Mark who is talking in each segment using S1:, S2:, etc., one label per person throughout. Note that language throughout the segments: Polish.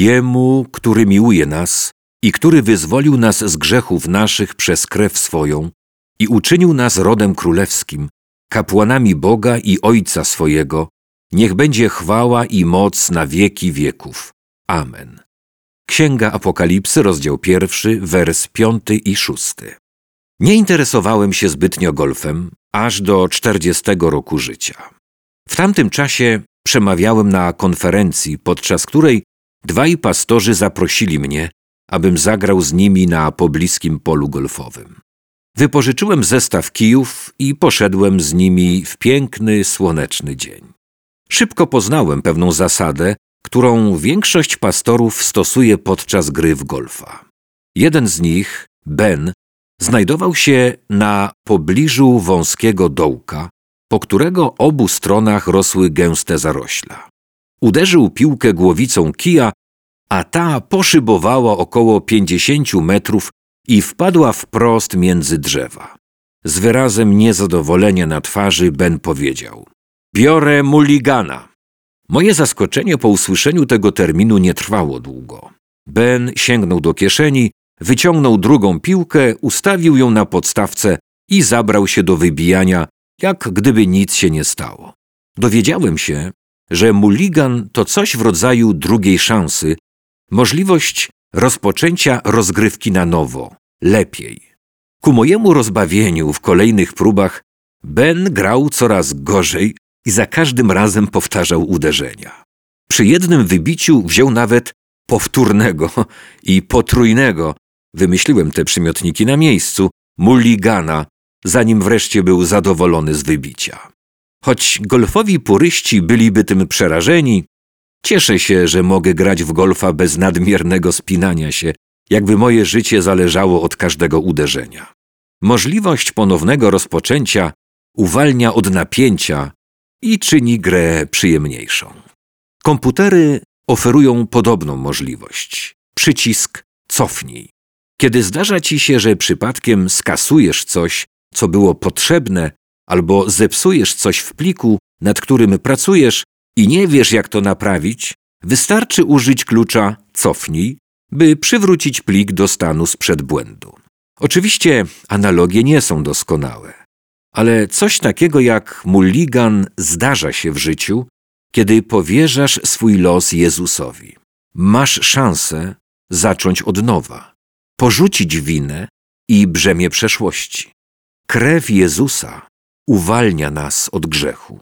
S1: Jemu, który miłuje nas i który wyzwolił nas z grzechów naszych przez krew swoją i uczynił nas rodem królewskim, kapłanami Boga i Ojca swojego, niech będzie chwała i moc na wieki wieków. Amen. Księga Apokalipsy, rozdział 1, wers 5 i 6. Nie interesowałem się zbytnio golfem, aż do 40 roku życia. W tamtym czasie przemawiałem na konferencji, podczas której dwaj pastorzy zaprosili mnie, abym zagrał z nimi na pobliskim polu golfowym. Wypożyczyłem zestaw kijów i poszedłem z nimi w piękny, słoneczny dzień. Szybko poznałem pewną zasadę, którą większość pastorów stosuje podczas gry w golfa. Jeden z nich, Ben, znajdował się na pobliżu wąskiego dołka, po którego obu stronach rosły gęste zarośla. Uderzył piłkę głowicą kija, a ta poszybowała około 50 metrów i wpadła wprost między drzewa. Z wyrazem niezadowolenia na twarzy Ben powiedział: „Biorę mulligana”. Moje zaskoczenie po usłyszeniu tego terminu nie trwało długo. Ben sięgnął do kieszeni, wyciągnął drugą piłkę, ustawił ją na podstawce i zabrał się do wybijania, jak gdyby nic się nie stało. Dowiedziałem się, że mulligan to coś w rodzaju drugiej szansy, możliwość rozpoczęcia rozgrywki na nowo, lepiej. Ku mojemu rozbawieniu w kolejnych próbach Ben grał coraz gorzej i za każdym razem powtarzał uderzenia. Przy jednym wybiciu wziął nawet powtórnego i potrójnego, wymyśliłem te przymiotniki na miejscu, mulligana, zanim wreszcie był zadowolony z wybicia. Choć golfowi puryści byliby tym przerażeni, cieszę się, że mogę grać w golfa bez nadmiernego spinania się, jakby moje życie zależało od każdego uderzenia. Możliwość ponownego rozpoczęcia uwalnia od napięcia i czyni grę przyjemniejszą. Komputery oferują podobną możliwość. Przycisk cofnij. Kiedy zdarza ci się, że przypadkiem skasujesz coś, co było potrzebne, albo zepsujesz coś w pliku, nad którym pracujesz i nie wiesz, jak to naprawić, wystarczy użyć klucza cofnij, by przywrócić plik do stanu sprzed błędu. Oczywiście analogie nie są doskonałe, ale coś takiego jak mulligan zdarza się w życiu, kiedy powierzasz swój los Jezusowi. Masz szansę zacząć od nowa, porzucić winę i brzemię przeszłości. Krew Jezusa uwalnia nas od grzechu.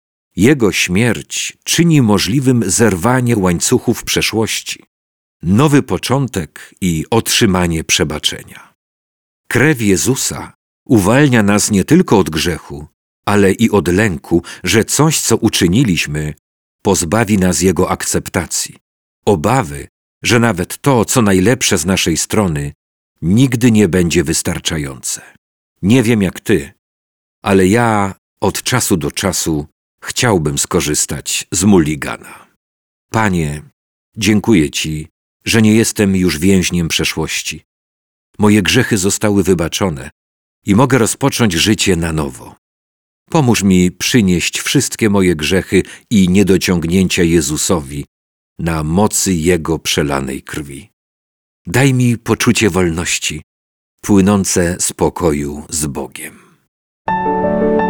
S1: Jego śmierć czyni możliwym zerwanie łańcuchów przeszłości, nowy początek i otrzymanie przebaczenia. Krew Jezusa uwalnia nas nie tylko od grzechu, ale i od lęku, że coś, co uczyniliśmy, pozbawi nas Jego akceptacji, obawy, że nawet to, co najlepsze z naszej strony, nigdy nie będzie wystarczające. Nie wiem jak ty, ale ja od czasu do czasu chciałbym skorzystać z mulligana. Panie, dziękuję Ci, że nie jestem już więźniem przeszłości. Moje grzechy zostały wybaczone i mogę rozpocząć życie na nowo. Pomóż mi przynieść wszystkie moje grzechy i niedociągnięcia Jezusowi na mocy Jego przelanej krwi. Daj mi poczucie wolności, płynące z pokoju z Bogiem.